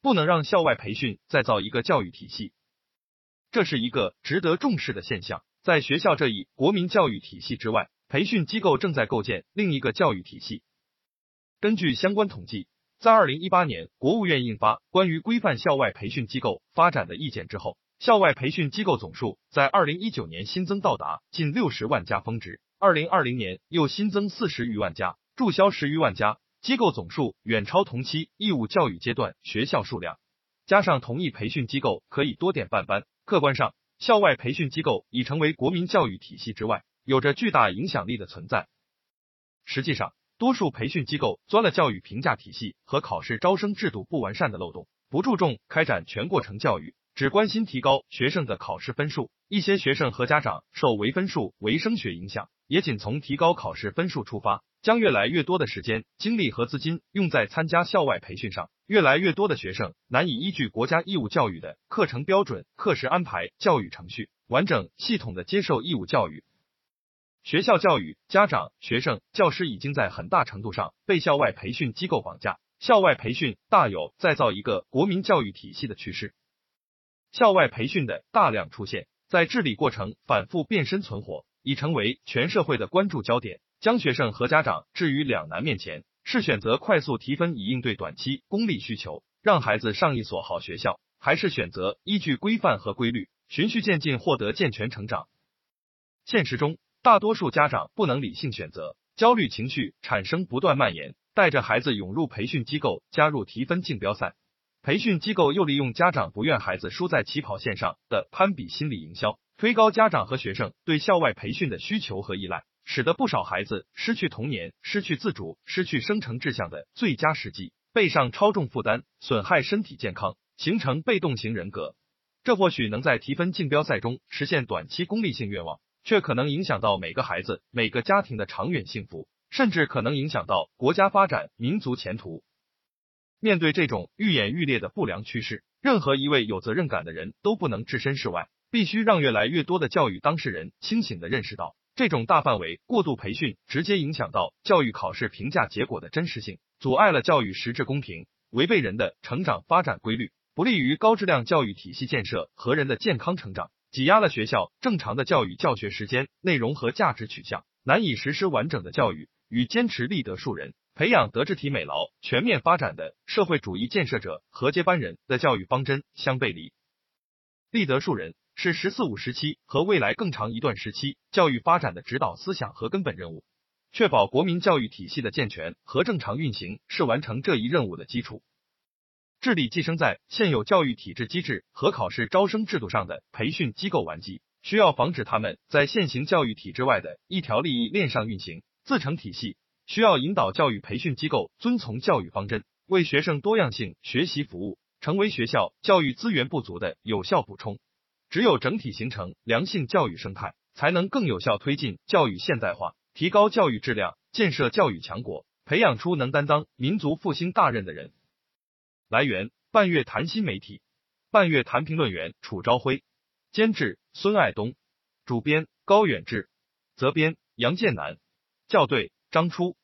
不能让校外培训再造一个教育体系。这是一个值得重视的现象。在学校这一国民教育体系之外，培训机构正在构建另一个教育体系。根据相关统计，在2018年国务院印发关于规范校外培训机构发展的意见之后，校外培训机构总数在2019年新增到达近60万家峰值，2020年又新增40余万家，注销10余万家，机构总数远超同期义务教育阶段学校数量。加上同一培训机构可以多点办班，客观上，校外培训机构已成为国民教育体系之外有着巨大影响力的存在。实际上，多数培训机构钻了教育评价体系和考试招生制度不完善的漏洞，不注重开展全过程教育，只关心提高学生的考试分数。一些学生和家长受唯分数唯升学影响，也仅从提高考试分数出发，将越来越多的时间、精力和资金用在参加校外培训上。越来越多的学生难以依据国家义务教育的课程标准、课时安排、教育程序，完整系统的接受义务教育。学校教育、家长、学生、教师已经在很大程度上被校外培训机构绑架，校外培训大有再造一个国民教育体系的趋势。校外培训的大量出现，在治理过程反复变身存活，已成为全社会的关注焦点，将学生和家长置于两难面前，是选择快速提分以应对短期功利需求，让孩子上一所好学校，还是选择依据规范和规律，循序渐进获得健全成长。现实中，大多数家长不能理性选择，焦虑情绪产生不断蔓延，带着孩子涌入培训机构，加入提分竞标赛。培训机构又利用家长不愿孩子输在起跑线上的攀比心理营销，推高家长和学生对校外培训的需求和依赖，使得不少孩子失去童年、失去自主、失去生成志向的最佳时机，背上超重负担，损害身体健康，形成被动型人格。这或许能在提分竞标赛中实现短期功利性愿望，却可能影响到每个孩子、每个家庭的长远幸福，甚至可能影响到国家发展、民族前途。面对这种愈演愈烈的不良趋势，任何一位有责任感的人都不能置身事外，必须让越来越多的教育当事人清醒地认识到，这种大范围过度培训直接影响到教育考试评价结果的真实性，阻碍了教育实质公平，违背人的成长发展规律，不利于高质量教育体系建设和人的健康成长，挤压了学校正常的教育教学时间、内容和价值取向，难以实施完整的教育，与坚持立德树人、培养德智体美劳全面发展的社会主义建设者和接班人的教育方针相背离。立德树人是“十四五”时期和未来更长一段时期教育发展的指导思想和根本任务，确保国民教育体系的健全和正常运行是完成这一任务的基础。治理寄生在现有教育体制机制和考试招生制度上的培训机构顽疾，需要防止他们在现行教育体制外的一条利益链上运行，自成体系。需要引导教育培训机构遵从教育方针，为学生多样性学习服务，成为学校教育资源不足的有效补充。只有整体形成良性教育生态，才能更有效推进教育现代化，提高教育质量，建设教育强国，培养出能担当民族复兴大任的人。来源：半月谈新媒体，半月谈评论员楚朝晖，监制孙爱东，主编高远志，责编杨建南，校对张初。